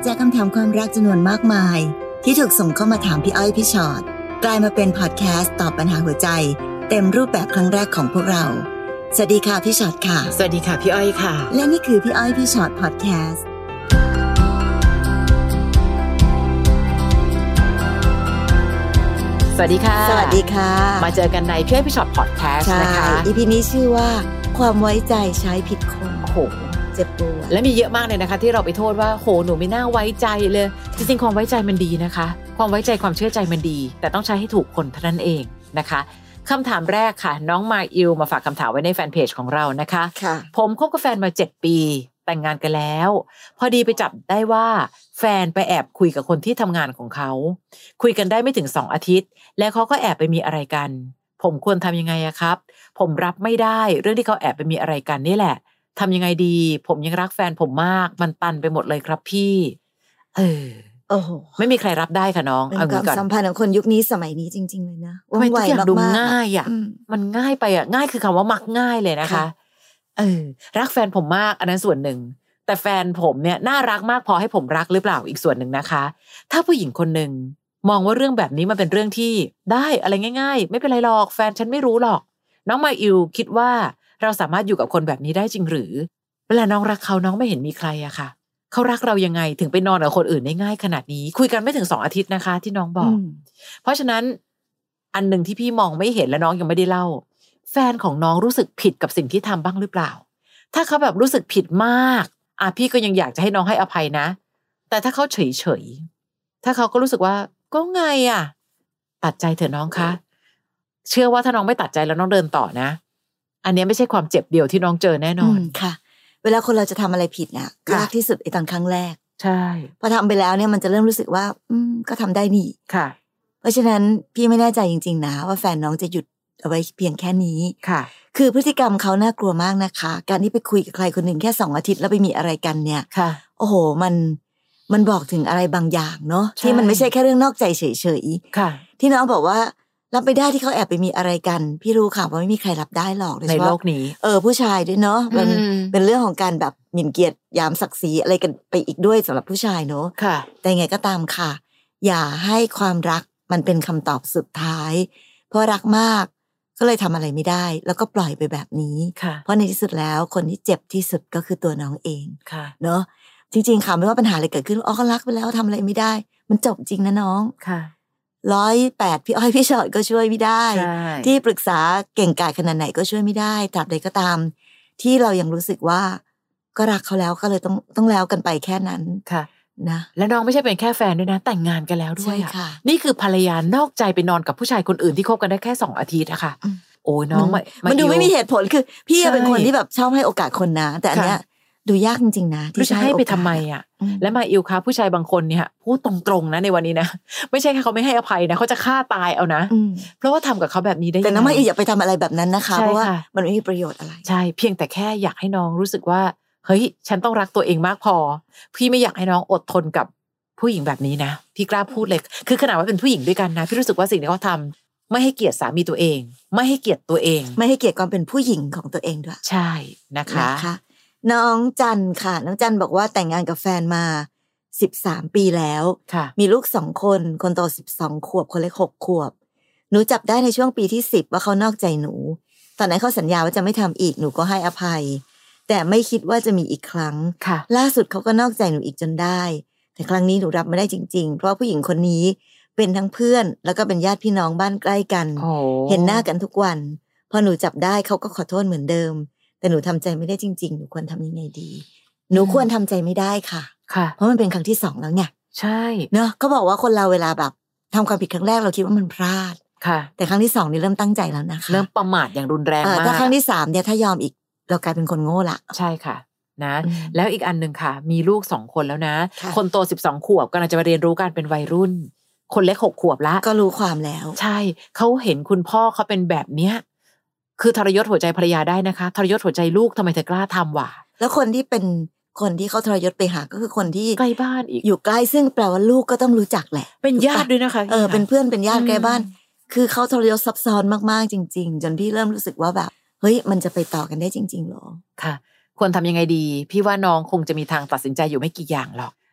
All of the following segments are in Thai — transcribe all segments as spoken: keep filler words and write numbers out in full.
จากคำถามความรักจำนวนมากมายที่ถูกส่งเข้ามาถามพี่อ้อยพี่ชอตกลายมาเป็นพอดแคสต์ตอบปัญหาหัวใจเต็มรูปแบบครั้งแรกของพวกเราสวัสดีค่ะพี่ชอตค่ะสวัสดีค่ะพี่อ้อยค่ะและนี่คือพี่อ้อยพี่ชอตพอดแคสต์สวัสดีค่ะสวัสดีค่ะมาเจอกันในพี่อ้อยพี่ชอตพอดแคสต์นะคะอี พี นี้ชื่อว่าความไว้ใจใช้ผิดคนโอ้โหเจ็บปวดและมีเยอะมากเลยนะคะที่เราไปโทษว่าโหหนูไม่น่าไว้ใจเลยจริงๆความไว้ใจมันดีนะคะความไว้ใจความเชื่อใจมันดีแต่ต้องใช้ให้ถูกคนเท่านั้นเองนะคะคำถามแรกค่ะน้องมาอิลมาฝากคำถามไว้ในแฟนเพจของเรานะคะผมคบกับแฟนมาเจ็ดปีแต่งงานกันแล้วพอดีไปจับได้ว่าแฟนไปแอบคุยกับคนที่ทำงานของเขาคุยกันได้ไม่ถึงสองอาทิตย์แล้วเขาก็แอบไปมีอะไรกันผมควรทำยังไงอะครับผมรับไม่ได้เรื่องที่เขาแอบไปมีอะไรกันนี่แหละทำยังไงดีผมยังรักแฟนผมมากมันตันไปหมดเลยครับพี่เออโอ้โหไม่มีใครรับได้ค่ะน้องเอางี้ก่อนสัมพันธ์ของคนยุคนี้สมัยนี้จริงๆเลยนะว่าไวมากดูง่ายอ่ะมันง่ายไปอ่ะง่ายคือคำว่ามักง่ายเลยนะคะเออรักแฟนผมมากอันนั้นส่วนหนึ่งแต่แฟนผมเนี่ยน่ารักมากพอให้ผมรักหรือเปล่าอีกส่วนหนึ่งนะคะถ้าผู้หญิงคนหนึ่งมองว่าเรื่องแบบนี้มันเป็นเรื่องที่ได้อะไรง่ายๆไม่เป็นไรหรอกแฟนฉันไม่รู้หรอกน้องมาอิวคิดว่าเราสามารถอยู่กับคนแบบนี้ได้จริงหรือเวลาน้องรักเขาน้องไม่เห็นมีใครอะค่ะเขารักเรายังไงถึงไปนอนกับคนอื่นได้ง่ายขนาดนี้คุยกันไม่ถึงสองอาทิตย์นะคะที่น้องบอกเพราะฉะนั้นอันหนึ่งที่พี่มองไม่เห็นและน้องยังไม่ได้เล่าแฟนของน้องรู้สึกผิดกับสิ่งที่ทำบ้างหรือเปล่าถ้าเขาแบบรู้สึกผิดมากอ่ะพี่ก็ยังอยากจะให้น้องให้อภัยนะแต่ถ้าเขาเฉยเฉยถ้าเขาก็รู้สึกว่าก็ไงอ่ะตัดใจเถอะน้องคะเชื่อว่าถ้าน้องไม่ตัดใจแล้วน้องเดินต่อนะอันนี้ไม่ใช่ความเจ็บเดียวที่น้องเจอแน่นอนค่ะเวลาคนเราจะทำอะไรผิดเนี่ยยากที่สุดไอ้ตอนครั้งแรกใช่พอทำไปแล้วเนี่ยมันจะเริ่มรู้สึกว่าอืมก็ทำได้นี่ค่ะเพราะฉะนั้นพี่ไม่แน่ใจจริงๆนะว่าแฟนน้องจะหยุดเอาไว้เพียงแค่นี้ค่ะคือพฤติกรรมเขาน่ากลัวมากนะคะการที่ไปคุยกับใครคนหนึ่งแค่สองอาทิตย์แล้วไปมีอะไรกันเนี่ยค่ะโอ้โหมันมันบอกถึงอะไรบางอย่างเนาะที่มันไม่ใช่แค่เรื่องนอกใจเฉยๆค่ะที่น้องบอกว่ารับไปได้ที่เขาแอบไปมีอะไรกันพี่รู้ค่ะว่าไม่มีใครรับได้หรอกในโลกนี้เออผู้ชายด้วยเนาะมันเป็นเรื่องของการแบบหมิ่นเกียรติยามศักดิ์ศรีอะไรกันไปอีกด้วยสำหรับผู้ชายเนาะค่ะแต่ไงก็ตามค่ะอย่าให้ความรักมันเป็นคำตอบสุดท้ายเพราะรักมากก็เลยทำอะไรไม่ได้แล้วก็ปล่อยไปแบบนี้เพราะในที่สุดแล้วคนที่เจ็บที่สุดก็คือตัวน้องเองเนาะจริงๆค่ะไม่ว่าปัญหาอะไรเกิดขึ้นอ๋อเขารักไปแล้วทำอะไรไม่ได้มันจบจริงนะน้องค่ะร้อยแปดพี่อ้อยพี่ชอตก็ช่วยไม่ได้ที่ปรึกษาเก่งกาจขนาดไหนก็ช่วยไม่ได้ตราบใดก็ตามที่เรายังรู้สึกว่าก็รักเขาแล้วก็เลยต้องต้องแล้วกันไปแค่นั้นค่ะนะและน้องไม่ใช่เป็นแค่แฟนด้วยนะแต่งงานกันแล้วด้วยค่ะนี่คือภรรยานอกใจไปนอนกับผู้ชายคนอื่นที่คบกันได้แค่สองอาทิตย์อะค่ะโอ้ยน้องมันดูไม่มีเหตุผลคือพี่เป็นคนที่แบบชอบให้โอกาสคนนะแต่อันเนี้ยดูยากจริงๆนะที่จะให้ไปทำไมอ่ะและมาอิวคะผู้ชายบางคนเนี่ยพูดตรงๆนะในวันนี้นะไม่ใช่แค่เขาไม่ให้อภัยนะเขาจะฆ่าตายเอานะเพราะว่าทำกับเขาแบบนี้ได้แต่น้องมาอิวอย่าไปทำอะไรแบบนั้นนะคะเพราะว่ามันไม่มีประโยชน์อะไรใช่เพียงแต่แค่อยากให้น้องรู้สึกว่าเฮ้ยฉันต้องรักตัวเองมากพอพี่ไม่อยากให้น้องอดทนกับผู้หญิงแบบนี้นะพี่กล้าพูดเลยคือขนาดว่าเป็นผู้หญิงด้วยกันนะพี่รู้สึกว่าสิ่งที่เขาทำไม่ให้เกียรติสามีตัวเองไม่ให้เกียรติตัวเองไม่ให้เกียรติความเป็นผู้หญิงของตัวเองด้วยใช่นะคะน้องจันค่ะน้องจันบอกว่าแต่งงานกับแฟนมาสิบสามปีแล้วมีลูกสองคนคนโตสิบสองขวบคนเล็กหกขวบหนูจับได้ในช่วงปีที่สิบว่าเขานอกใจหนูตอนนั้นเขาสัญญาว่าจะไม่ทำอีกหนูก็ให้อภัยแต่ไม่คิดว่าจะมีอีกครั้งล่าสุดเขาก็นอกใจหนูอีกจนได้แต่ครั้งนี้หนูรับไม่ได้จริงๆเพราะผู้หญิงคนนี้เป็นทั้งเพื่อนแล้วก็เป็นญาติพี่น้องบ้านใกล้กันเห็นหน้ากันทุกวันพอหนูจับได้เขาก็ขอโทษเหมือนเดิมแต่หนูทำใจไม่ได้จริงๆหนูควรทำยังไงดีหนูควรทำใจไม่ได้ค่ะค่ะเพราะมันเป็นครั้งที่สองแล้วไงใช่เนาะก็บอกว่าคนเราเวลาแบบทำความผิดครั้งแรกเราคิดว่ามันพลาดค่ะแต่ครั้งที่สองนี่เริ่มตั้งใจแล้วนะคะเริ่มประมาทอย่างรุนแรงมากถ้าครั้งที่สามเนี่ยถ้ายอมอีกเรากลายเป็นคนโง่ละใช่ค่ะนะแล้วอีกอันนึงค่ะมีลูกสองคนแล้วนะคนโตสิบสองขวบกำลังจะมาเรียนรู้การเป็นวัยรุ่นคนเล็กหกขวบละก็รู้ความแล้วใช่เขาเห็นคุณพ่อเขาเป็นแบบเนี้ยคือทรยศหัวใจภรรยาได้นะคะทรยศหัวใจลูกทำไมเธอกล้าทำวะแล้วคนที่เป็นคนที่เขาทรยศไปหาก็คือคนที่ใกล้บ้านอีกอยู่ใกล้ซึ่งแปลว่าลูกก็ต้องรู้จักแหละเป็นญาติด้วยนะคะเออเป็นเพื่อนเป็นญาติใกล้บ้านคือเขาทรยศซับซ้อนมากๆจริงๆจนพี่เริ่มรู้สึกว่าแบบเฮ้ยมันจะไปต่อกันได้จริงๆหรอค่ะควรทำยังไงดีพี่ว่าน้องคงจะมีทางตัดสินใจอยู่ไม่กี่อย่างหรอก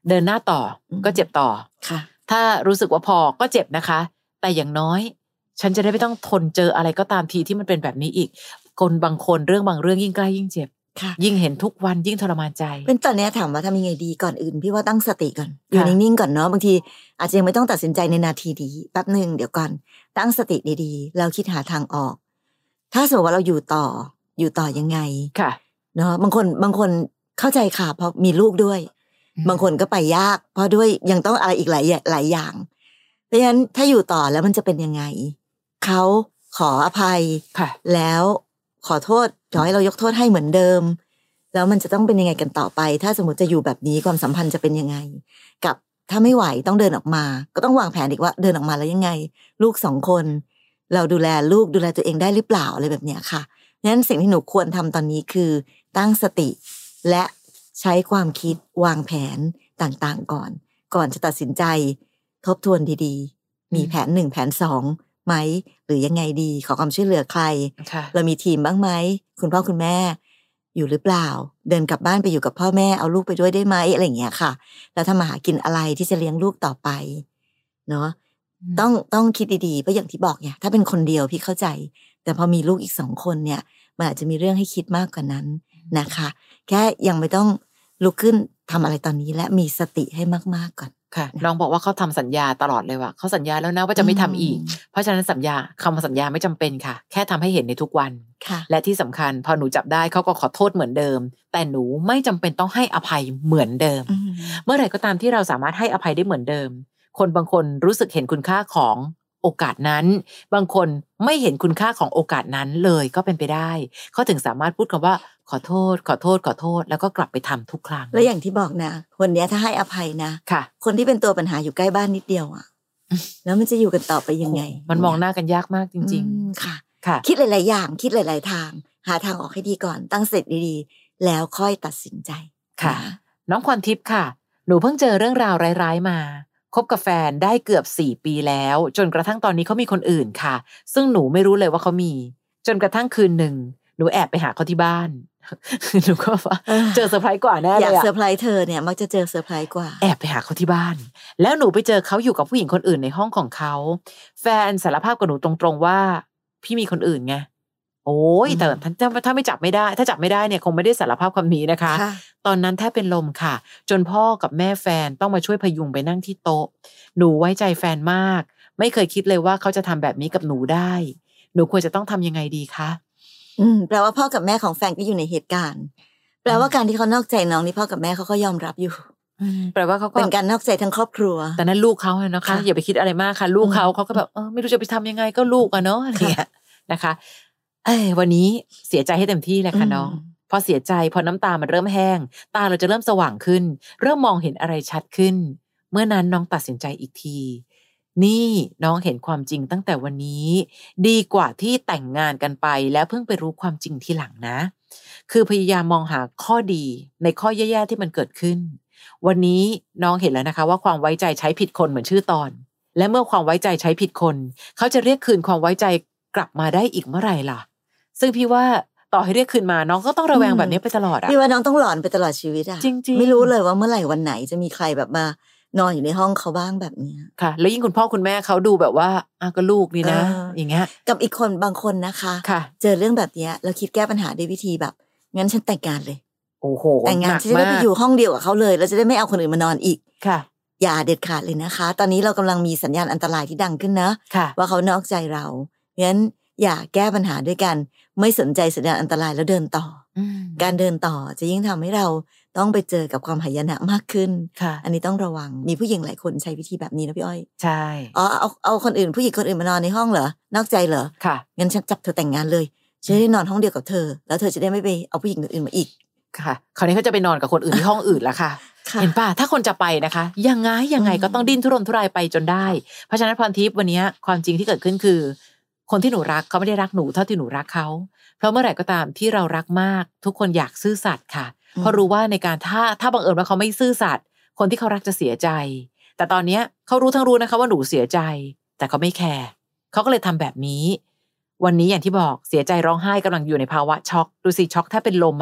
เดินหน้าต่อก็เจ็บต่อค่ะถ้ารู้สึกว่าพอก็เจ็บนะคะแต่อย่างน้อยฉันจะได้ไม่ต้องทนเจออะไรก็ตามทีที่มันเป็นแบบนี้อีกคนบางคนเรื่องบางเรื่องยิ่งใกล้ยิ่งเจ็บยิ่งเห็นทุกวันยิ่งทรมานใจเป็นตอนนี้ถามว่าทำยังไงดีก่อนอื่นพี่ว่าตั้งสติก่อนอยู่นิ่งๆก่อนเนาะบางทีอาจจะยังไม่ต้องตัดสินใจในนาทีนี้แป๊บนึงเดี๋ยวก่อนตั้งสติดีๆแล้วคิดหาทางออกถ้าสมมติว่าเราอยู่ต่ออยู่ต่อยังไงค่ะเนาะบางคนบางคนเข้าใจค่ะเพราะมีลูกด้วยบางคนก็ไปยากเพราะด้วยยังต้องอะไรอีกหลายหลายอย่างเพราะฉะนั้นถ้าอยู่ต่อแล้วมันจะเป็นยังไงเขาขออภัยแล้วขอโทษขอให้เรายกโทษให้เหมือนเดิมแล้วมันจะต้องเป็นยังไงกันต่อไปถ้าสมมติจะอยู่แบบนี้ความสัมพันธ์จะเป็นยังไงกับถ้าไม่ไหวต้องเดินออกมาก็ต้องวางแผนอีกว่าเดินออกมาแล้วยังไงลูกสองคนเราดูแลลูกดูแลตัวเองได้หรือเปล่าอะไรแบบนี้ค่ะงั้นสิ่งที่หนูควรทำตอนนี้คือตั้งสติและใช้ความคิดวางแผนต่างๆก่อนก่อนจะตัดสินใจทบทวนดีๆมีแผนหนึ่งแผนสองไหมหรือยังไงดีขอความช่วยเหลือใครเรามีทีมบ้างไหมคุณพ่อคุณแม่อยู่หรือเปล่าเดินกลับบ้านไปอยู่กับพ่อแม่เอาลูกไปด้วยได้ไหมอะไรอย่างเงี้ยค่ะแล้วทำมาหากินอะไรที่จะเลี้ยงลูกต่อไปเนาะต้องต้องคิดดีๆเพราะอย่างที่บอกเนี่ยถ้าเป็นคนเดียวพี่เข้าใจแต่พอมีลูกอีกสองคนเนี่ยมันอาจจะมีเรื่องให้คิดมากกว่านั้นนะคะแค่ยังไม่ต้องลุกขึ้นทำอะไรตอนนี้และมีสติให้มากๆก่อนค่ะน้องบอกว่าเขาทำสัญญาตลอดเลยว่าเขาสัญญาแล้วนะว่าจะไม่ทำอีกเพราะฉะนั้นสัญญาคำสัญญาไม่จำเป็นค่ะแค่ทำให้เห็นในทุกวันและที่สำคัญพอหนูจับได้เขาก็ขอโทษเหมือนเดิมแต่หนูไม่จำเป็นต้องให้อภัยเหมือนเดิมเมื่อไหร่ก็ตามที่เราสามารถให้อภัยได้เหมือนเดิมคนบางคนรู้สึกเห็นคุณค่าของโอกาสนั้นบางคนไม่เห็นคุณค่าของโอกาสนั้นเลยก็เป็นไปได้เขาถึงสามารถพูดคำว่าขอโทษขอโทษขอโทษแล้วก็กลับไปทำทุกครั้งแล้วอย่างที่บอกนะคนนี้ถ้าให้อภัยนะค่ะคนที่เป็นตัวปัญหาอยู่ใกล้บ้านนิดเดียวอ่ะแล้วมันจะอยู่กันต่อไปยังไงมันมองหน้ากันยากมากจริงๆค่ะค่ะคิดหลายๆอย่างคิดหลายๆทางหาทางออกให้ดีก่อนตั้งสติดีๆแล้วค่อยตัดสินใจค่ะน้องพรทิพย์ค่ะหนูเพิ่งเจอเรื่องราวร้ายๆมาคบกับแฟนได้เกือบสี่ปีแล้วจนกระทั่งตอนนี้เขามีคนอื่นค่ะซึ่งหนูไม่รู้เลยว่าเขามีจนกระทั่งคืนหนึ่งหนูแอบไปหาเขาที่บ้านหนูก็ว่าเจอเซอร์ไพรส์กว่าแน่เลยอยากเซอร์ไพรส์เธอเนี่ยมักจะเจอเซอร์ไพรส์กว่าแอบไปหาเขาที่บ้านแล้วหนูไปเจอเขาอยู่กับผู้หญิงคนอื่นในห้องของเขาแฟนสารภาพกับหนูตรงๆว่าพี่มีคนอื่นไงโอ้ยแต่ถ้าถ้าไม่จับไม่ได้ถ้าจับไม่ได้เนี่ยคงไม่ได้สารภาพคำนี้นะคะตอนนั้นแทบเป็นลมค่ะจนพ่อกับแม่แฟนต้องมาช่วยพยุงไปนั่งที่โต๊ะหนูไว้ใจแฟนมากไม่เคยคิดเลยว่าเขาจะทำแบบนี้กับหนูได้หนูควรจะต้องทำยังไงดีคะอืมแปลว่าพ่อกับแม่ของแฟนก็อยู่ในเหตุการณ์แปลว่าการที่เขานอกใจน้องนี่พ่อกับแม่เขาก็ยอมรับอยู่แปลว่าเขาก็เป็นการนอกใจทั้งครอบครัวแต่นั้นลูกเขาเนาะคะอย่าไปคิดอะไรมากค่ะลูกเขาเขาก็แบบเออไม่รู้จะไปทำยังไงก็ลูกอะเนาะอะไรอย่างเงี้ยนะคะเอ้ยวันนี้เสียใจให้เต็มที่เลยค่ะน้องพอเสียใจพอน้ำตามันเริ่มแห้งตาเราจะเริ่มสว่างขึ้นเริ่มมองเห็นอะไรชัดขึ้นเมื่อนั้นน้องตัดสินใจอีกทีนี่น้องเห็นความจริงตั้งแต่วันนี้ดีกว่าที่แต่งงานกันไปแล้วเพิ่งไปรู้ความจริงทีหลังนะคือพยายามมองหาข้อดีในข้อแย่ๆที่มันเกิดขึ้นวันนี้น้องเห็นแล้วนะคะว่าความไว้ใจใช้ผิดคนเหมือนชื่อตอนและเมื่อความไว้ใจใช้ผิดคนเขาจะเรียกคืนความไว้ใจกลับมาได้อีกเมื่อไหร่ล่ะซึ่งพี่ว่าต่อให้เรียกคืนมาน้องก็ต้องระแวงแบบนี้ไปตลอดอ่ะพี่ว่าน้องต้องหลอนไปตลอดชีวิตอ่ะจริงๆไม่รู้เลยว่าเมื่อไหร่วันไหนจะมีใครแบบมานอนอยู่ในห้องเขาบ้างแบบนี้ค่ะแล้วยิ่งคุณพ่อคุณแม่เขาดูแบบว่าอ่ะก็ลูกนี่นะ อ, อย่างเงี้ยกับอีกคนบางคนนะคะเจอเรื่องแบบนี้แล้วคิดแก้ปัญหาด้วยวิธีแบบงั้นฉันแต่งงานเลยโอ้โหแต่งงานจะได้ไปอยู่ห้องเดียวกับเขาเลยแล้วจะได้ไม่เอาคนอื่นมานอนอีกค่ะอย่าเด็ดขาดเลยนะคะตอนนี้เรากำลังมีสัญญาณอันตรายที่ดังขึ้นนะว่าเขานอกใจเรางั้นอย่าแก้ปัญหาด้วยกันไม่สนใจสัญญาณอันตรายแล้วเดินต่อการเดินต่อจะยิ่งทำให้เราต้องไปเจอกับความหายนะมากขึ้นอันนี้ต้องระวังมีผู้หญิงหลายคนใช้วิธีแบบนี้นะพี่อ้อยใช่อ๋อเอาเอาคนอื่นผู้หญิงคนอื่นมานอนในห้องเหรอนอกใจเหรอค่ะงั้นฉันจับเธอแต่งงานเลยจะได้นอนห้องเดียวกับเธอแล้วเธอจะได้ไม่ไปเอาผู้หญิงอื่นมาอีกค่ะคราวนี้เขาจะไปนอนกับคนอื่นที่ห้องอื่นแล้วค่ะเห็นป่ะถ้าคนจะไปนะคะยังไงยังไงก็ต้องดิ้นทุรนทุรายไปจนได้เพราะฉะนั้นพรทิพย์วันนี้ความจริงที่เกิดขึ้นคือคนที่หนูรักเขาไม่ได้รักหนูเท่าที่หนูรักเขาเพราะเมื่อไหร่ก็ตามที่เรารักมากทุกคนอยากซื่อสัตย์ค่ะเพราะรู้ว่าในการถ้าถ้าบังเอิญว่าเขาไม่ซื่อสัตย์คนที่เขารักจะเสียใจแต่ตอนนี้เขารู้ทั้งรู้นะคะว่าหนูเสียใจแต่เขาไม่แคร์เขาก็เลยทำแบบนี้วันนี้อย่างที่บอกเสียใจร้องไห้กำลังอยู่ในภาวะช็อกดูสิช็อกแทบเป็นลมอ่ะ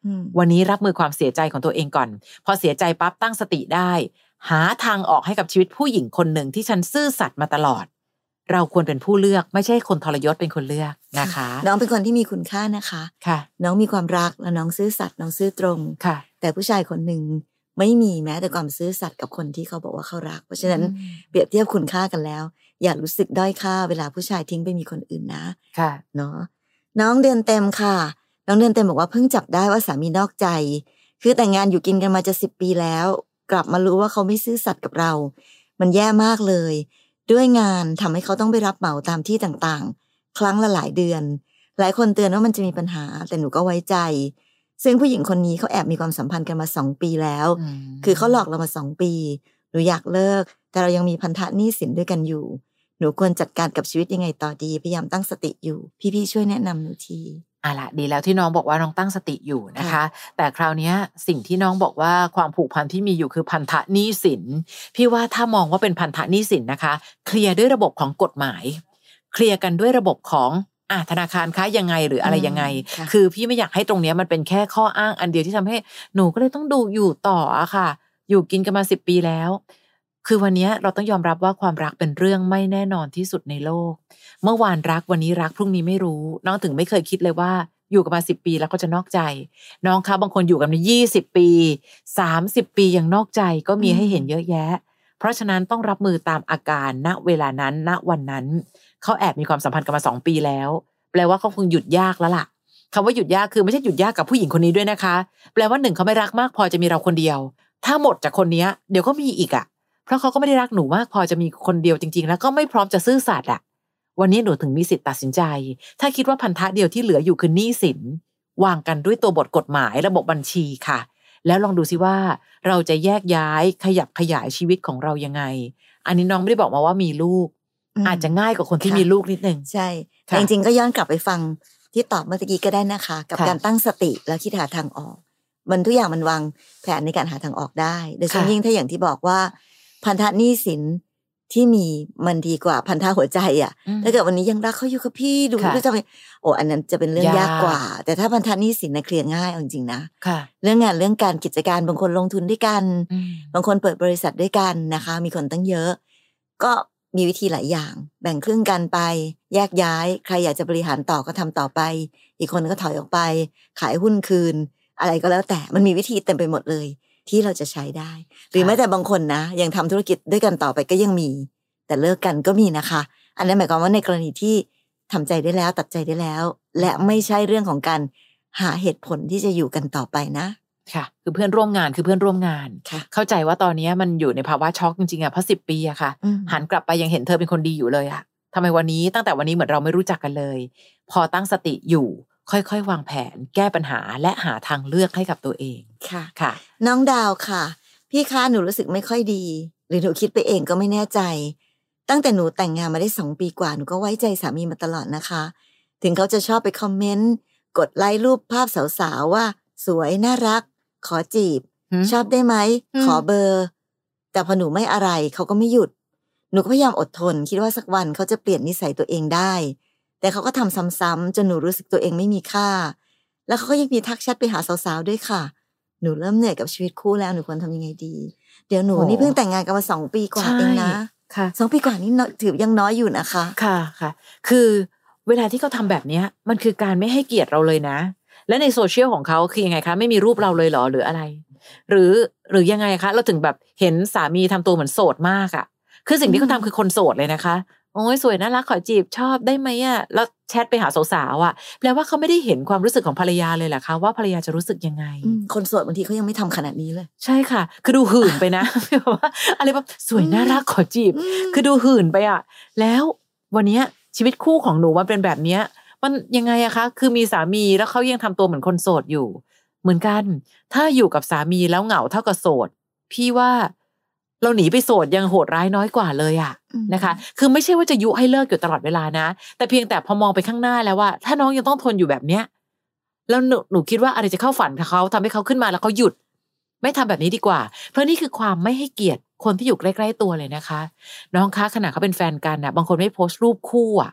วันนี้รับมือความเสียใจของตัวเองก่อนพอเสียใจปั๊บตั้งสติได้หาทางออกให้กับชีวิตผู้หญิงคนหนึ่งที่ฉันซื่อสัตย์มาตลอดเราควรเป็นผู้เลือกไม่ใช่คนทรยศเป็นคนเลือกนะคะน้องเป็นคนที่มีคุณค่านะคะค่ะน้องมีความรักและน้องซื่อสัตย์น้องซื่อตรงค่ะแต่ผู้ชายคนหนึ่งไม่มีแม้แต่ความซื่อสัตย์กับคนที่เขาบอกว่าเขารักเพราะฉะนั้นเปรียบเทียบคุณค่ากันแล้วอย่ารู้สึกด้อยค่าเวลาผู้ชายทิ้งไปมีคนอื่นนะค่ะเนาะน้องเดือนเต็มค่ะน้องเดือนเต็มบอกว่าเพิ่งจับได้ว่าสามีนอกใจคือแต่งงานอยู่กินกันมาจะสิบปีแล้วกลับมารู้ว่าเขาไม่ซื่อสัตย์กับเรามันแย่มากเลยด้วยงานทำให้เขาต้องไปรับเหมาตามที่ต่างๆครั้งละหลายเดือนหลายคนเตือนว่ามันจะมีปัญหาแต่หนูก็ไว้ใจซึ่งผู้หญิงคนนี้เขาแอบมีความสัมพันธ์กันมาสองปีแล้วคือเขาหลอกเรามาสองปีหนูอยากเลิกแต่เรายังมีพันธะหนี้สินด้วยกันอยู่หนูควรจัดการกับชีวิตยังไงต่อดีพยายามตั้งสติอยู่พี่ๆช่วยแนะนำหนูทีอ่ะละดีแล้วที่น้องบอกว่าน้องตั้งสติอยู่นะคะแต่คราวนี้สิ่งที่น้องบอกว่าความผูกพันที่มีอยู่คือพันธะหนี้สินพี่ว่าถ้ามองว่าเป็นพันธะหนี้สินนะคะเคลียร์ด้วยระบบของกฎหมายเคลียร์กันด้วยระบบของอ่ะธนาคารค้ายังไงหรืออะไรยังไงคือพี่ไม่อยากให้ตรงนี้มันเป็นแค่ข้ออ้างอันเดียวที่ทำให้หนูก็เลยต้องดูอยู่ต่ออะค่ะอยู่กินกันมาสิบปีแล้วคือวันนี้เราต้องยอมรับว่าความรักเป็นเรื่องไม่แน่นอนที่สุดในโลกเมื่อวานรักวันนี้รักพรุ่งนี้ไม่รู้น้องถึงไม่เคยคิดเลยว่าอยู่กันมาสิบปีแล้วก็จะนอกใจน้องคะบางคนอยู่กันมายี่สิบปีสามสิบปียังนอกใจก็มีให้เห็นเยอะแยะเพราะฉะนั้นต้องรับมือตามอาการณเวลานั้นณวันนั้นเขาแอบมีความสัมพันธ์กันมาสองปีแล้วแปลว่าเขาคงหยุดยากแล้วล่ะคำว่าหยุดยากคือไม่ใช่หยุดยากกับผู้หญิงคนนี้ด้วยนะคะแปลว่าหนึ่งเขาไม่รักมากพอจะมีเราคนเดียวถ้าหมดจากคนนี้เดี๋ยวก็มีอีกอ่ะเพราะเขาก็ไม่ได้รักหนูมากพอจะมีคนเดียวจริงๆแล้วก็ไม่พร้อมจะซื่อสัตย์อ่ะวันนี้หนูถึงมีสิทธิ์ตัดสินใจถ้าคิดว่าพันธะเดียวที่เหลืออยู่คือหนี้สินวางกันด้วยตัวบทกฎหมายระบบบัญชีค่ะแล้วลองดูซิว่าเราจะแยกย้ายขยับขยายชีวิตของเรายังไงอันนี้น้องไม่ได้บอกมาว่ามีลูกอาจจะง่ายกว่าคนที่มีลูกนิดนึงใช่แต่จริงๆก็ย้อนกลับไปฟังที่ตอบเมื่อกี้ก็ได้นะคะกับการตั้งสติแล้วคิดหาทางออกมันทุกอย่างมันวางแผนในการหาทางออกได้โดยเฉพาะยิ่งถ้าอย่างที่บอกว่าพันธะหนี้สินที่มีมันดีกว่าพันธะหัวใจอ่ะถ้าเกิดวันนี้ยังรักเขาอยู่กับพี่ดูก็จะเป็นโอ้อันนั้นจะเป็นเรื่องยากกว่าแต่ถ้าพันธะหนี้สินน่ะเคลียร์ง่ายจริงๆนะเรื่องงานเรื่องการกิจการบางคนลงทุนด้วยกันบางคนเปิดบริษัทด้วยกันนะคะมีคนตั้งเยอะก็มีวิธีหลายอย่างแบ่งครึ่งกันไปแยกย้ายใครอยากจะบริหารต่อก็ทำต่อไปอีกคนก็ถอยออกไปขายหุ้นคืนอะไรก็แล้วแต่มันมีวิธีเต็มไปหมดเลยที่เราจะใช้ได้หรือแม้แต่บางคนนะยังทำธุรกิจด้วยกันต่อไปก็ยังมีแต่เลิกกันก็มีนะคะอันนั้นหมายความว่าในกรณีที่ทำใจได้แล้วตัดใจได้แล้วและไม่ใช่เรื่องของการหาเหตุผลที่จะอยู่กันต่อไปนะค่ะคือเพื่อนร่วมงานคือเพื่อนร่วมงานเข้าใจว่าตอนนี้มันอยู่ในภาวะช็อกจริงๆอ่ะเพราะสิบปีอะค่ะหันกลับไปยังเห็นเธอเป็นคนดีอยู่เลยอะทำไมวันนี้ตั้งแต่วันนี้เหมือนเราไม่รู้จักกันเลยพอตั้งสติอยู่ค่อยๆวางแผนแก้ปัญหาและหาทางเลือกให้กับตัวเองค่ะค่ะน้องดาวค่ะพี่คะหนูรู้สึกไม่ค่อยดีหรือหนูคิดไปเองก็ไม่แน่ใจตั้งแต่หนูแต่งงานมาได้สองปีกว่าหนูก็ไว้ใจสามีมาตลอดนะคะถึงเขาจะชอบไปคอมเมนต์กดไลค์รูปภาพสาวๆว่าสวยน่ารักขอจีบชอบได้ไหมขอเบอร์แต่พอหนูไม่อะไรเขาก็ไม่หยุดหนูก็พยายามอดทนคิดว่าสักวันเขาจะเปลี่ยนนิสัยตัวเองได้แต่เขาก็ทำซ้ำๆจนหนูรู้สึกตัวเองไม่มีค่าแล้วเขาก็ยังมีทักแชทไปหาสาวๆด้วยค่ะหนูเริ่มเหนื่อยกับชีวิตคู่แล้วหนูควรทำยังไงดีเดี๋ยวหนูนี่เพิ่งแต่งงานกันมาสองปีกว่าเองนะสองปีกว่านี่ถือยังน้อยอยู่นะคะค่ะค่ะคือเวลาที่เขาทำแบบนี้มันคือการไม่ให้เกียรติเราเลยนะและในโซเชียลของเขาคือยังไงคะไม่มีรูปเราเลยเหรอหรืออะไรหรือหรือยังไงคะเราถึงแบบเห็นสามีทำตัวเหมือนโสดมากอ่ะคือสิ่งที่เขาทำคือคนโสดเลยนะคะโอ้ยสวยน่ารักขอจีบชอบได้ไหมอ่ะแล้วแชทไปหาสาวๆอ่ะแปลว่าเขาไม่ได้เห็นความรู้สึกของภรรยาเลยแหละคะว่าภรรยาจะรู้สึกยังไงคนโสดบางทีเขายังไม่ทำขนาดนี้เลยใช่ค่ะคือดูหื่นไปนะแบบว่าอะไรแบบสวยน่ารักขอจีบคือดูหื่นไปอ่ะแล้ววันนี้ชีวิตคู่ของหนูมันเป็นแบบเนี้ยมันยังไงอะคะคือมีสามีแล้วเขายังทำตัวเหมือนคนโสดอยู่เหมือนกันถ้าอยู่กับสามีแล้วเหงาเท่ากับโสดพี่ว่าเราหนีไปโสดยังโหดร้ายน้อยกว่าเลยอะนะคะคือไม่ใช่ว่าจะยุให้เลิกอยู่ตลอดเวลานะแต่เพียงแต่พอมองไปข้างหน้าแล้วว่าถ้าน้องยังต้องทนอยู่แบบเนี้ยแล้วหนูหนูคิดว่าอะไรจะเข้าฝันกับเขาทำให้เขาขึ้นมาแล้วเขาหยุดไม่ทำแบบนี้ดีกว่าเพราะนี่คือความไม่ให้เกียรติคนที่อยู่ใกล้ๆตัวเลยนะคะน้องคะขณะเขาเป็นแฟนกันนะบางคนไม่โพสต์รูปคู่อะ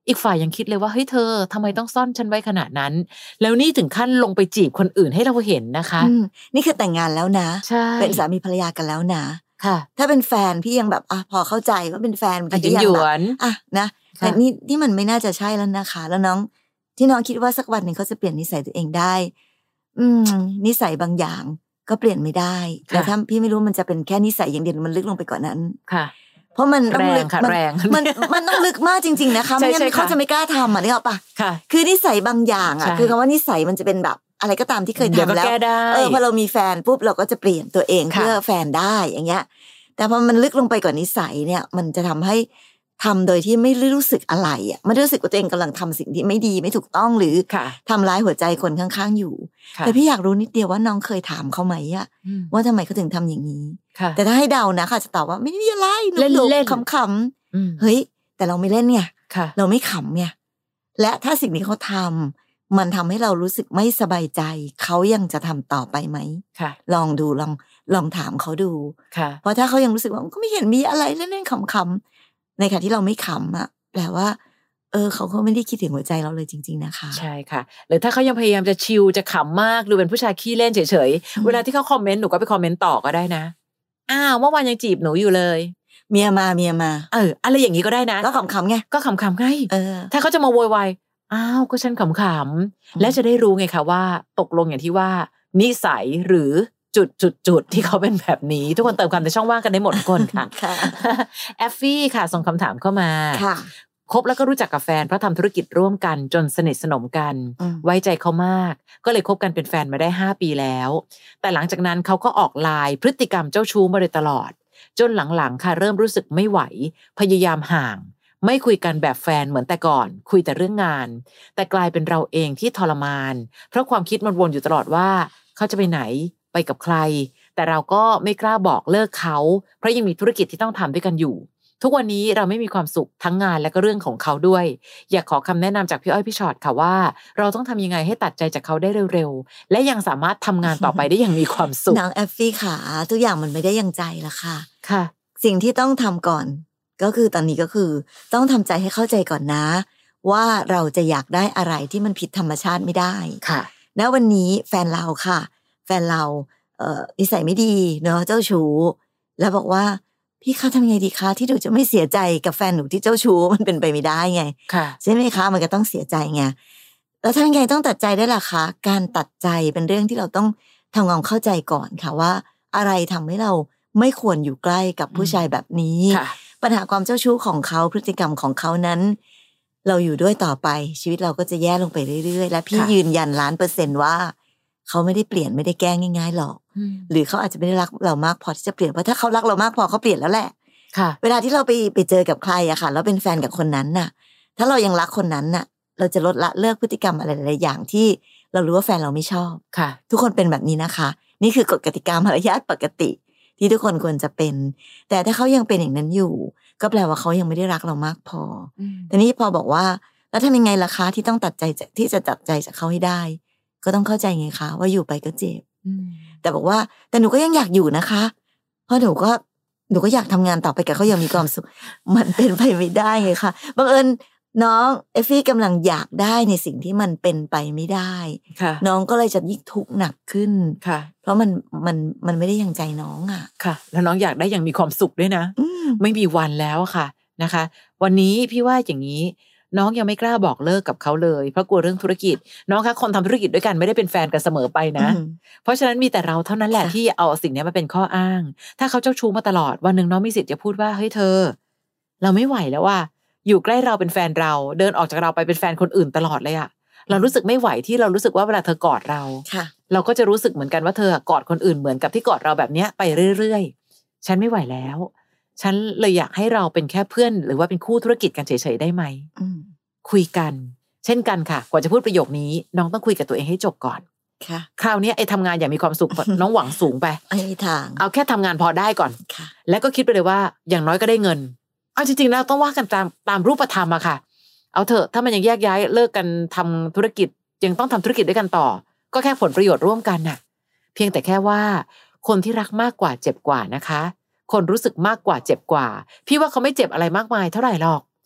อีกฝ่ายยังคิดเลยว่าเฮ้ยเธอทำไมต้องซ่อนฉันไว้ขนาดนั้นแล้วนี่ถึงขั้นลงไปจีบคนอื่นให้เราเห็นนะคะนี่คือแต่งงานแล้วนะเป็นสามีภรรยากันแล้วนะค่ะถ้าเป็นแฟนพี่ยังแบบอ่ะพอเข้าใจว่าเป็นแฟนมันก็ยังแบบอ่ะนะแต่นี่นี่มันไม่น่าจะใช่แล้วนะคะแล้วน้องที่น้องคิดว่าสักวันหนึ่งเขาจะเปลี่ยนนิสัยตัวเองได้อืมนิสัยบางอย่างก็เปลี่ยนไม่ได้แล้วถ้าพี่ไม่รู้มันจะเป็นแค่นิสัยอย่างเดียวมันลึกลงไปกว่านั้นค่ะเพราะมันแรงค่ะแรงมันมันต้องลึกมากจริงๆนะคะไม่งั้นเขาจะไม่กล้าทำอ่ะนี่หรอปะคือนิสัยบางอย่างอ่ะคือคำว่านิสัยมันจะเป็นแบบอะไรก็ตามที่เคยทำแล้วเออพอเรามีแฟนปุ๊บเราก็จะเปลี่ยนตัวเองเพื่อแฟนได้อย่างเงี้ยแต่พอมันลึกลงไปกว่านิสัยเนี่ยมันจะทำให้ทำโดยที่ไม่รู้สึกอะไรอ่ะไม่รู้สึกว่าตัวเองกำลังทำสิ่งที่ไม่ดีไม่ถูกต้องหรือทำร้ายหัวใจคนข้างๆอยู่แต่พี่อยากรู้นิดเดียวว่าน้องเคยถามเขาไหมอ่ะว่าทำไมเขาถึงทำอย่างนี้แต่ถ้าให้เดานะค่ะจะตอบว่าไม่มีอะไรเล่นเล่นขำๆเฮ้ยแต่เราไม่เล่นไงเราไม่ขำไงและถ้าสิ่งนี้เขาทำมันทำให้เรารู้สึกไม่สบายใจเขายังจะทำต่อไปไหมลองดูลองลองถามเขาดูเพราะถ้าเขายังรู้สึกว่าก็ไม่เห็นมีอะไรเล่นๆขำๆในขณะที่เราไม่ขำอ่ะแปลว่าเออเขาก็ไม่ได้คิดถึงหัวใจเราเลยจริงๆนะคะใช่ค่ะหรือถ้าเขายังพยายามจะชิลจะขำมากหรือเป็นผู้ชายขี้เล่นเฉยๆเวลาที่เขาคอมเมนต์หนูก็ไปคอมเมนต์ต่อก็ได้นะอ้าวเมื่อวานยังจีบหนูอยู่เลยเมียมาเมียมาเอออะไรอย่างนี้ก็ได้นะก็ขำๆไงก็ขำๆไงถ้าเขาจะมาโวยวายอ้าวก็ฉันขำๆและจะได้รู้ไงคะว่าตกลงอย่างที่ว่านิสัยหรือจุดจุดจุดที่เขาเป็นแบบนี้ทุกคนเติมคำในช่องว่างกันได้หมดทุกคนค่ะแอฟฟี่ค่ะส่งคำถามเข้ามาคบแล้วก็รู้จักกับแฟนเพราะทำธุรกิจร่วมกันจนสนิทสนมกันไว้ใจเขามากก็เลยคบกันเป็นแฟนมาได้ห้าปีแล้วแต่หลังจากนั้นเขาก็ออกไลน์พฤติกรรมเจ้าชู้มาโดยตลอดจนหลังๆค่ะเริ่มรู้สึกไม่ไหวพยายามห่างไม่คุยกันแบบแฟนเหมือนแต่ก่อนคุยแต่เรื่องงานแต่กลายเป็นเราเองที่ทรมานเพราะความคิดมันวนอยู่ตลอดว่าเขาจะไปไหนไปกับใครแต่เราก็ไม่กล้าบอกเลิกเขาเพราะยังมีธุรกิจที่ต้องทำด้วยกันอยู่ทุกวันนี้เราไม่มีความสุขทั้งงานและก็เรื่องของเขาด้วยอยากขอคำแนะนำจากพี่อ้อยพี่ชอตค่ะว่าเราต้องทำยังไงให้ตัดใจจากเขาได้เร็วๆและยังสามารถทำงานต่อไปได้อย่างมีความสุขนางแอฟฟี่ค่ะทุกอย่างมันไม่ได้ยังใจละค่ะค่ะสิ่งที่ต้องทำก่อนก็คือตอนนี้ก็คือต้องทำใจให้เข้าใจก่อนนะว่าเราจะอยากได้อะไรที่มันผิดธรรมชาติไม่ได้ค่ะณวันนี้แฟนเราค่ะแฟนเราเอ่อนิสัยไม่ดีเนาะเจ้าชู้แล้วบอกว่าพี่คะทำยังไงดีคะที่หนูจะไม่เสียใจกับแฟนหนูที่เจ้าชู้มันเป็นไปไม่ได้ไงใช่ไหมคะมันก็ต้องเสียใจไงแล้วทำยังไงต้องตัดใจได้ล่ะคะการตัดใจเป็นเรื่องที่เราต้องทำความเข้าใจก่อนค่ะว่าอะไรทำให้เราไม่ควรอยู่ใกล้กับผู้ชายแบบนี้ปัญหาความเจ้าชู้ของเขาพฤติกรรมของเขานั้นเราอยู่ด้วยต่อไปชีวิตเราก็จะแย่ลงไปเรื่อยๆและพี่ยืนยันล้านเปอร์เซ็นต์ว่าเขาไม่ได้เปลี่ยนไม่ได้แก้ง่ายๆหรอกหรือเขาอาจจะไม่ได้รักเรามากพอที่จะเปลี่ยนเพราะถ้าเขารักเรามากพอเขาเปลี่ยนแล้วแหละเวลาที่เราไปไปเจอกับใครอะค่ะแล้วเป็นแฟนกับคนนั้นน่ะถ้าเรายังรักคนนั้นน่ะเราจะลดละเลิกพฤติกรรมอะไรหลายๆอย่างที่เรารู้ว่าแฟนเราไม่ชอบทุกคนเป็นแบบนี้นะคะนี่คือกฎกติกามารยาทปกติที่ทุกคนควรจะเป็นแต่ถ้าเขายังเป็นอย่างนั้นอยู่ก็แปลว่าเขายังไม่ได้รักเรามากพอแต่นี่พอบอกว่าแล้วทำยังไงล่ะคะที่ต้องตัดใจที่จะตัดใจจากเขาให้ได้ก็ต้องเข้าใจไงคะว่าอยู่ไปก็เจ็บแต่บอกว่าแต่หนูก็ยังอยากอยู่นะคะเพราะหนูก็หนูก็อยากทำงานต่อไปกับเขายังมีความสุขมันเป็นไปไม่ได้ไงคะบังเอิญน้องเอฟฟี่กำลังอยากได้ในสิ่งที่มันเป็นไปไม่ได้น้องก็เลยจะยิ่งทุกข์หนักขึ้นเพราะมันมันมันไม่ได้ยังใจน้องอ่ะค่ะแล้วน้องอยากได้อย่างมีความสุขด้วยนะไม่มีวันแล้วค่ะนะคะวันนี้พี่ว่าอย่างนี้น้องยังไม่กล้าบอกเลิกกับเขาเลยเพราะกลัวเรื่องธุรกิจน้องคะคนทำธุรกิจด้วยกันไม่ได้เป็นแฟนกันเสมอไปนะเพราะฉะนั้นมีแต่เราเท่านั้นแหละที่เอาสิ่งนี้มาเป็นข้ออ้างถ้าเขาเจ้าชู้มาตลอดวันหนึ่งน้องมีสิทธิ์จะพูดว่าเฮ้ยเธอเราไม่ไหวแล้วว่าอยู่ใกล้เราเป็นแฟนเราเดินออกจากเราไปเป็นแฟนคนอื่นตลอดเลยอะเรารู้สึกไม่ไหวที่เรารู้สึกว่าเวลาเธอกอดเราเราก็จะรู้สึกเหมือนกันว่าเธอกอดคนอื่นเหมือนกับที่กอดเราแบบนี้ไปเรื่อยๆฉันไม่ไหวแล้วฉันเลยอยากให้เราเป็นแค่เพื่อนหรือว่าเป็นคู่ธุรกิจกันเฉยๆได้ไหมคุยกันเช่นกันค่ะกว่าจะพูดประโยคนี้น้องต้องคุยกับตัวเองให้จบก่อนค่ะคราวนี้ไอ้ทำงานอย่างมีความสุข น้องหวังสูงไปไม่มีทางเอาแค่ทำงานพอได้ก่อนแล้วก็คิดไปเลยว่าอย่างน้อยก็ได้เงินเอาจริงๆแล้วต้องว่ากันตามตามรูปธรรมอะค่ะเอาเถอะถ้ามันยังแยกย้ายเลิกกันทำธุรกิจยังต้องทำธุรกิจด้วยกันต่อก็แค่ผลประโยชน์ร่วมกันน่ะเพียงแต่แค่ว่าคนที่รักมากกว่าเจ็บกว่านะคะคนรู้สึกมากกว่าเจ็บกว่าพี่ว่าเขาไม่เจ็บอะไรมากมายเท่าไหร่หรอก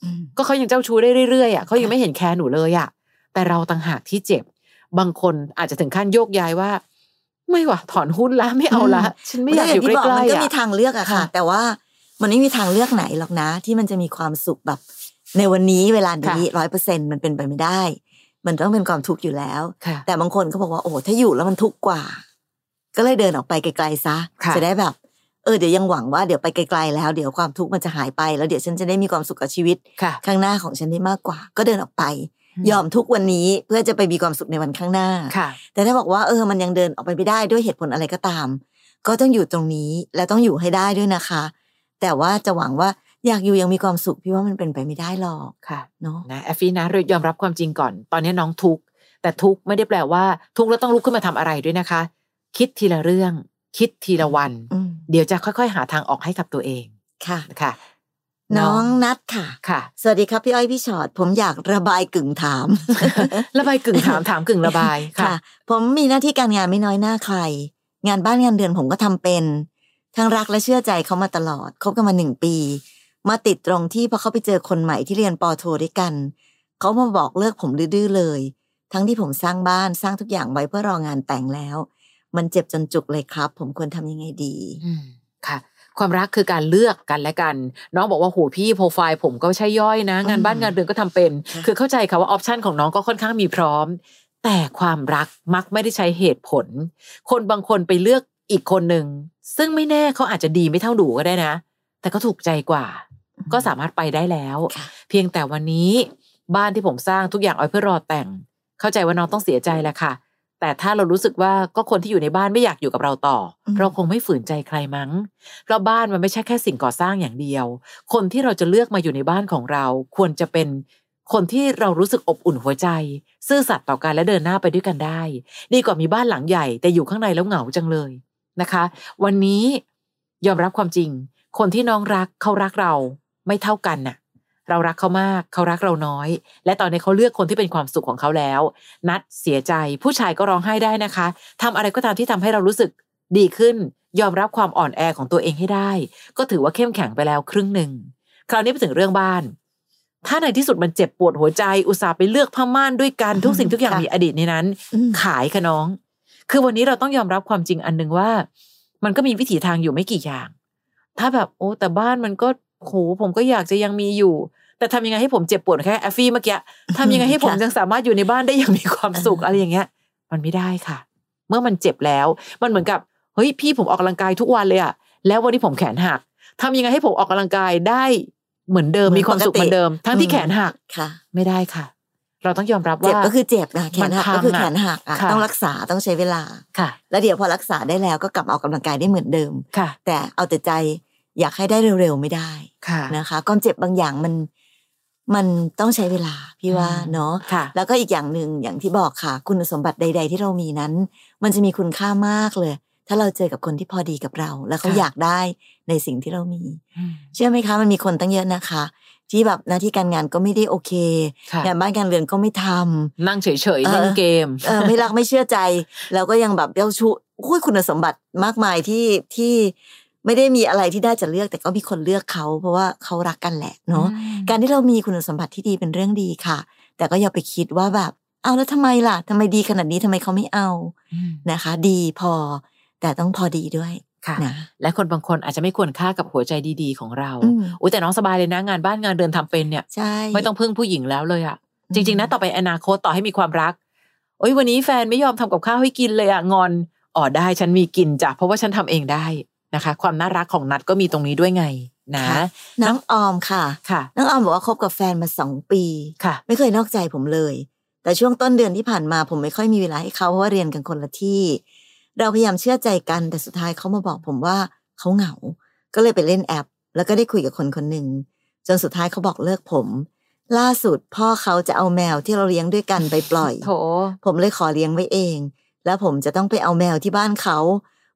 ก็เขายังเจ้าชู้ได้เรื่อยๆอ่ะเขายังไม่เห็นแคร์หนูเลยอ่ะแต่เราต่างหากที่เจ็บบางคนอาจจะถึงขั้นโยกย้ายว่าไม่ว่ะถอนหุ้นละไม่เอาละฉันไม่อยากอยู่ใกล้ๆอ่ะมันก็มีทางเลือกอะค่ะแต่ว่ามันไม่มีทางเลือกไหนหรอกนะที่มันจะมีความสุขแบบในวันนี้เวลานี้ร้อยเปอร์เซ็นต์มันเป็นไปไม่ได้มันต้องเป็นความทุกข์อยู่แล้วแต่บางคนเขาบอกว่าโอ้ถ้าอยู่แล้วมันทุกข์กว่าก็เลยเดินออกไปไกลๆซะจะได้แบบเออเดี๋ยวยังหวังว่าเดี๋ยวไปไกลๆแล้วเดี๋ยวความทุกข์มันจะหายไปแล้วเดี๋ยวฉันจะได้มีความสุขกับชีวิตข้างหน้าของฉันได้มากกว่าก็เดินออกไปยอมทุกวันนี้เพื่อจะไปมีความสุขในวันข้างหน้าแต่ถ้าบอกว่าเออมันยังเดินออกไปไม่ได้ด้วยเหตุผลอะไรก็ตามก็ต้องอยู่ตรงนี้และต้องอยู่ให้ได้ด้วยนะคะแต่ว่าจะหวังว่าอยากอยู่ยังมีความสุขพี่ว่ามันเป็นไปไม่ได้หรอกค่ะเนาะนะแอฟฟี่นะเรายอมรับความจริงก่อนตอนนี้น้องทุกข์แต่ทุกข์ไม่ได้แปลว่าทุกข์แล้วต้องลุกขึ้นมาทำอะไรด้วยนะคะคิดทีละเรื่องคิดทีละวันเดี๋ยวจะค่อยๆหาทางออกให้กับตัวเองค่ะค่ะน้องนัทค่ะค่ะสวัสดีครับพี่อ้อยพี่ชอตผมอยากระบายกึ่งถามระบายกึ่งถามถามกึ่งระบายค่ะผมมีหน้าที่การงานไม่น้อยหน้าใครงานบ้านงานเดือนผมก็ทำเป็นทั้งรักและเชื่อใจเขามาตลอดคบกันมาหนึ่งปีมาติดตรงที่พอเขาไปเจอคนใหม่ที่เรียนป.โทด้วยกันเขามาบอกเลิกผมดื้อๆเลยทั้งที่ผมสร้างบ้านสร้างทุกอย่างไว้เพื่อรองานแต่งแล้วมันเจ็บจนจุกเลยครับผมควรทำยังไงดีค่ะความรักคือการเลือกกันและกันน้องบอกว่าโหพี่โปรไฟล์ผมก็ใช่ย่อยนะงานบ้านงานเดือนก็ทำเป็นคือเข้าใจค่ะว่าออปชันของน้องก็ค่อนข้างมีพร้อมแต่ความรักมักไม่ได้ใช้เหตุผลคนบางคนไปเลือกอีกคนหนึ่งซึ่งไม่แน่เขาอาจจะดีไม่เท่าหนูก็ได้นะแต่ก็ถูกใจกว่าก็สามารถไปได้แล้วเพียงแต่วันนี้บ้านที่ผมสร้างทุกอย่างเอาเพื่อรอแต่งเข้าใจว่าน้องต้องเสียใจแหละค่ะแต่ถ้าเรารู้สึกว่าก็คนที่อยู่ในบ้านไม่อยากอยู่กับเราต่อเราคงไม่ฝืนใจใครมั้งเพราะบ้านมันไม่ใช่แค่สิ่งก่อสร้างอย่างเดียวคนที่เราจะเลือกมาอยู่ในบ้านของเราควรจะเป็นคนที่เรารู้สึกอบอุ่นหัวใจซื่อสัตย์ต่อกันและเดินหน้าไปด้วยกันได้ดีกว่ามีบ้านหลังใหญ่แต่อยู่ข้างในแล้วเหงาจังเลยนะคะวันนี้ยอมรับความจริงคนที่น้องรักเขารักเราไม่เท่ากันน่ะเรารักเขามากเขารักเราน้อยและตอนนี้เขาเลือกคนที่เป็นความสุขของเขาแล้วนัดเสียใจผู้ชายก็ร้องไห้ได้นะคะทำอะไรก็ตามที่ทำให้เรารู้สึกดีขึ้นยอมรับความอ่อนแอของตัวเองให้ได้ก็ถือว่าเข้มแข็งไปแล้วครึ่งหนึ่งคราวนี้ไปถึงเรื่องบ้านถ้าในที่สุดมันเจ็บปวดหัวใจอุตส่าห์ไปเลือกผ้าม่านด้วยกันทุกสิ่งทุกอย่างมีอดีตในนั้นขายค่ะน้องคือวันนี้เราต้องยอมรับความจริงอันนึงว่ามันก็มีวิถีทางอยู่ไม่กี่อย่างถ้าแบบโอ้แต่บ้านมันก็โหผมก็อยากจะยังมีอยู่แต่ทำยังไงให้ผมเจ็บปวดแค่แอฟฟี่เมื่อกี้ทำยังไงให้ผมยังสามารถอยู่ในบ้านได้อย่างมีความสุขอะไรอย่างเงี้ยมันไม่ได้ค่ะเมื่อมันเจ็บแล้วมันเหมือนกับเฮ้ยพี่ผมออกกำลังกายทุกวันเลยอะแล้ววันนี้ผมแขนหักทำยังไงให้ผมออกกำลังกายได้เหมือนเดิมมีความสุขเหมือนเดิมทั้งที่แขนหักค่ะไม่ได้ค่ะเราต้องยอมรับว่าเจ็บก็คือเจ็บนะแขนหักก็คือแขนหักอ่ะต้องรักษาต้องใช้เวลาค่ะแล้วเดี๋ยวพอรักษาได้แล้วก็กลับออกกำลังกายได้เหมือนเดิมค่ะแต่เอาแต่ใจอยากให้ได้เร็วๆไม่ได้นะคะความเจ็บบางอย่างมันมันต้องใช้เวลาพี่ว่าเนาะแล้วก็อีกอย่างหนึ่งอย่างที่บอกค่ะคุณสมบัติใดๆที่เรามีนั้นมันจะมีคุณค่ามากเลยถ้าเราเจอกับคนที่พอดีกับเราแล้วเขาอยากได้ในสิ่งที่เรามีเชื่อไหมคะมันมีคนตั้งเยอะนะคะที่แบบหน้าที่การงานก็ไม่ได้โอเคงานบ้านการเรือนก็ไม่ทำนั่งเฉยๆเล่นเกมเออไม่รักไม่เชื่อใจแล้วก็ยังแบบเจ้าชู้คุยคุณสมบัติมากมายที่ที่ไม่ได้มีอะไรที่ได้จะเลือกแต่ก็มีคนเลือกเขาเพราะว่าเขารักกันแหละเนาะการที่เรามีคุณสมบัติที่ดีเป็นเรื่องดีค่ะแต่ก็อย่าไปคิดว่าแบบเอาแล้วทำไมล่ะทำไมดีขนาดนี้ทำไมเขาไม่เอานะคะดีพอแต่ต้องพอดีด้วยนะและคนบางคนอาจจะไม่ควรค่ากับหัวใจดีๆของเราอุ้ยแต่น้องสบายเลยนะงานบ้านงานเดินทำเป็นเนี่ยไม่ต้องพึ่งผู้หญิงแล้วเลยอ่ะจริงๆนะต่อไปอนาคตต่อให้มีความรักโอ้ยวันนี้แฟนไม่ยอมทำกับข้าวให้กินเลยอ่ะงอนอ๋อได้ฉันมีกินจ้ะเพราะว่าฉันทำเองได้นะคะความน่ารักของนัดก็มีตรงนี้ด้วยไงนะน้องออมค่ะน้องออมบอกว่าคบกับแฟนมาสองปีไม่เคยนอกใจผมเลยแต่ช่วงต้นเดือนที่ผ่านมาผมไม่ค่อยมีเวลาให้เขาเพราะว่าเรียนกันคนละที่เราพยายามเชื่อใจกันแต่สุดท้ายเขามาบอกผมว่าเขาเหงาก็เลยไปเล่นแอปแล้วก็ได้คุยกับคนคนหนึ่งจนสุดท้ายเขาบอกเลิกผมล่าสุดพ่อเขาจะเอาแมวที่เราเลี้ยงด้วยกันไปปล่อยผมเลยขอเลี้ยงไว้เองแล้วผมจะต้องไปเอาแมวที่บ้านเขา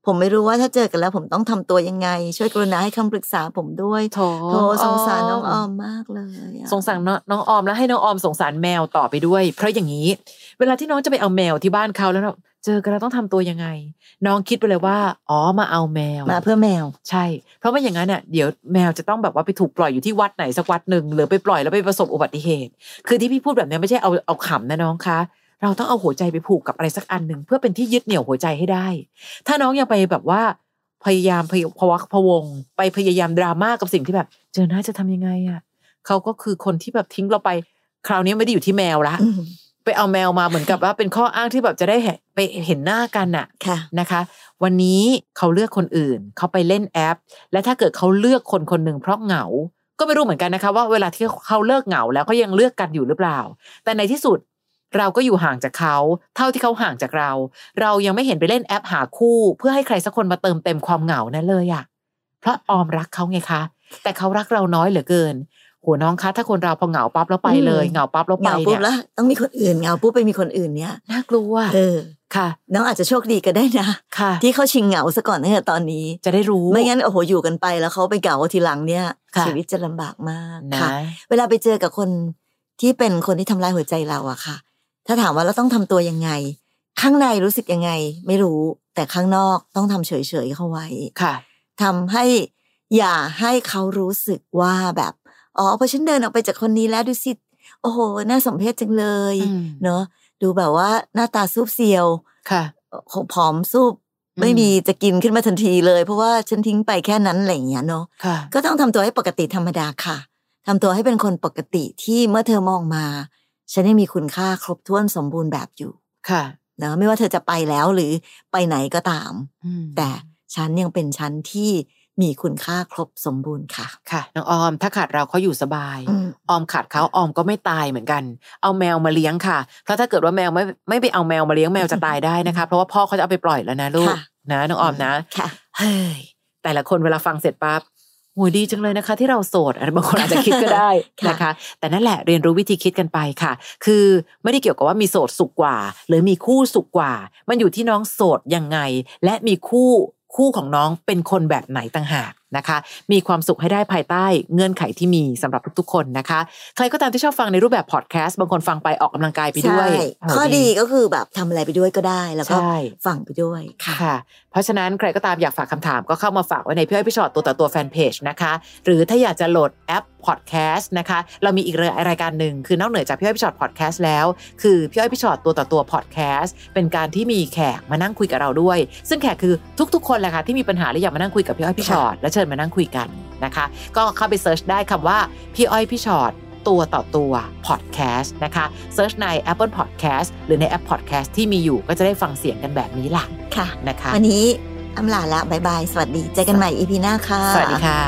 ผมไม่รู้ว่าถ้าเจอกันแล้วผมต้องทำตัวยังไงช่วยกรุณาให้คำปรึกษาผมด้วยโถสงสารน้องออมมากเลยสงสารน้องออมแล้วให้น้องออมสงสารแมวต่อไปด้วยเพราะอย่างนี้เวลาที่น้องจะไปเอาแมวที่บ้านเขาแล้วเจอกันแล้วต้องทำตัวยังไงน้องคิดไปเลยว่าอ๋อมาเอาแมวมาเพื่อแมวใช่เพราะว่าอย่างนั้นเนี่ยเดี๋ยวแมวจะต้องแบบว่าไปถูกปล่อยอยู่ที่วัดไหนสักวัดหนึ่งหรือไปปล่อยแล้วไปประสบอุบัติเหตุคือที่พี่พูดแบบนี้ไม่ใช่เอาเอาขำนะน้องคะเราต้องเอาหัวใจไปผูกกับอะไรสักอันหนึ่งเพื่อเป็นที่ยึดเหนี่ยวหัวใจให้ได้ถ้าน้องยังไปแบบว่าพยายามพวักพวงไปพยายามดราม่ากับสิ่งที่แบบเจอหน้าจะทำยังไงอ่ะเขาก็คือคนที่แบบทิ้งเราไปคราวนี้ไม่ได้อยู่ที่แมวละไปเอาแมวมาเหมือนกับว่าเป็นข้ออ้างที่แบบจะได้ไปเห็นหน้ากันน่ะนะคะวันนี้เขาเลือกคนอื่นเขาไปเล่นแอปและถ้าเกิดเขาเลือกคนคนหนึ่งเพราะเหงาก็ไม่รู้เหมือนกันนะคะว่าเวลาที่เขาเลิกเหงาแล้วเขายังเลือกกันอยู่หรือเปล่าแต่ในที่สุดเราก็อยู่ห่างจากเขาเท่าที่เขาห่างจากเราเรายังไม่เห็นไปเล่นแอปหาคู่เพื่อให้ใครสักคนมาเติมเต็มความเหงานั้นเลยอ่ะเพราะออมรักเขาไงคะแต่เขารักเราน้อยเหลือเกินโหน้องคะถ้าคนเราพอเหงาปั๊บแล้วไปเลยเหงาปั๊บแล้วไปเนี่ยเหงาปุ๊บแล้วต้องมีคนอื่นเหงาปุ๊บไปมีคนอื่นเนี่ยน่ากลัวเออค่ะน้องอาจจะโชคดีก็ได้นะที่เขาชิงเหงาซะก่อนเนี่ยตอนนี้จะได้รู้ไม่งั้นโอ้โหอยู่กันไปแล้วเขาไปเหงาทีหลังเนี่ยชีวิตจะลำบากมากค่ะเวลาไปเจอกับคนที่เป็นคนที่ทำลายหัวใจเราอะค่ะถ้าถามว่าเราต้องทำตัวยังไงข้างในรู้สึกยังไงไม่รู้แต่ข้างนอกต้องทำเฉยๆเข้าไว้ค่ะทำให้อย่าให้เขารู้สึกว่าแบบอ๋อพอฉันเดินออกไปจากคนนี้แล้วดูสิโอ้โหน่าสมเพชจังเลยเนอะดูแบบว่าหน้าตาซูบเซียวค่ะผอมซูบไม่มีจะกินขึ้นมาทันทีเลยเพราะว่าฉันทิ้งไปแค่นั้นอะไรอย่างเงี้ยเนอะก็ต้องทำตัวให้ปกติธรรมดาค่ะทำตัวให้เป็นคนปกติที่เมื่อเธอมองมาฉันยังมีคุณค่าครบถ้วนสมบูรณ์แบบอยู่ค่ะเนอะไม่ว่าเธอจะไปแล้วหรือไปไหนก็ตามแต่ฉันยังเป็นฉันที่มีคุณค่าครบสมบูรณ์ค่ะค่ะน้องออมถ้าขาดเราเขาอยู่สบายออมขาดเขาออมก็ไม่ตายเหมือนกันเอาแมวมาเลี้ยงค่ะเพราะถ้าเกิดว่าแมวไม่ไม่ไปเอาแมวมาเลี้ยงแมวจะตายได้นะคะเพราะว่าพ่อเขาจะเอาไปปล่อยแล้วนะลูกนะน้องออมนะเฮ้ยแต่ละคนเวลาฟังเสร็จปั๊บโหดีจังเลยนะคะที่เราโสดบางคนอาจจะคิดก็ได้นะคะแต่นั่นแหละเรียนรู้วิธีคิดกันไปค่ะคือไม่ได้เกี่ยวกับว่ามีโสดสุขกว่าหรือมีคู่สุขกว่ามันอยู่ที่น้องโสดยังไงและมีคู่คู่ของน้องเป็นคนแบบไหนต่างหากนะคะมีความสุขให้ได้ภายใต้เงื่อนไขที่มีสำหรับทุกๆคนนะคะใครก็ตามที่ชอบฟังในรูปแบบพอดแคสต์บางคนฟังไปออกกำลังกายไปด้วยข้อดีก็คือแบบทำอะไรไปด้วยก็ได้แล้วก็ฟังไปด้วยค่ะเพราะฉะนั้นใครก็ตามอยากฝากคำถามก็เข้ามาฝากไว้ในพี่อ้อยพี่ชอตตัวต่อตัวแฟนเพจนะคะหรือถ้าอยากจะโหลดแอปพอดแคสต์นะคะเรามีอีกรายการหนึ่งคือนอกเหนือจากพี่อ้อยพี่ชอตพอดแคสต์แล้วคือพี่อ้อยพี่ชอตตัวต่อตัวพอดแคสต์เป็นการที่มีแขกมานั่งคุยกับเราด้วยซึ่งแขกคือทุกๆคนแหละค่ะที่มีปัญหาและอยากมานั่งคุยกับพี่อ้อยพี่ชอตและเชิญมานั่งคุยกันนะคะก็เข้าไปเซิร์ชได้คำว่าพี่อ้อยพี่ชอตตัวต่อตัวพอดแคสต์นะคะเซิร์ชใน Apple Podcast หรือในแอป Podcast ที่มีอยู่ก็จะได้ฟังเสียงกันแบบนี้ล่ะค่ะนะคะวันนี้อำลาละบ๊ายบายสวัสดีเจอกันใหม่ อี พี หน้าค่ะสวัสดีค่ะ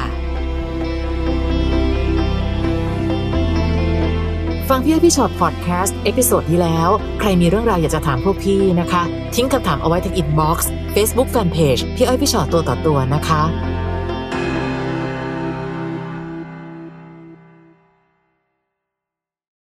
ฟังพี่อ้อยพี่ชอตพอดแคสต์เอพิโซดที่แล้วใครมีเรื่องราวอยากจะถามพวกพี่นะคะทิ้งคำถามเอาไว้ที่อินบ็อกซ์ Facebook Fanpage พี่อ้อยพี่ชอตตัวต่อตัวนะคะ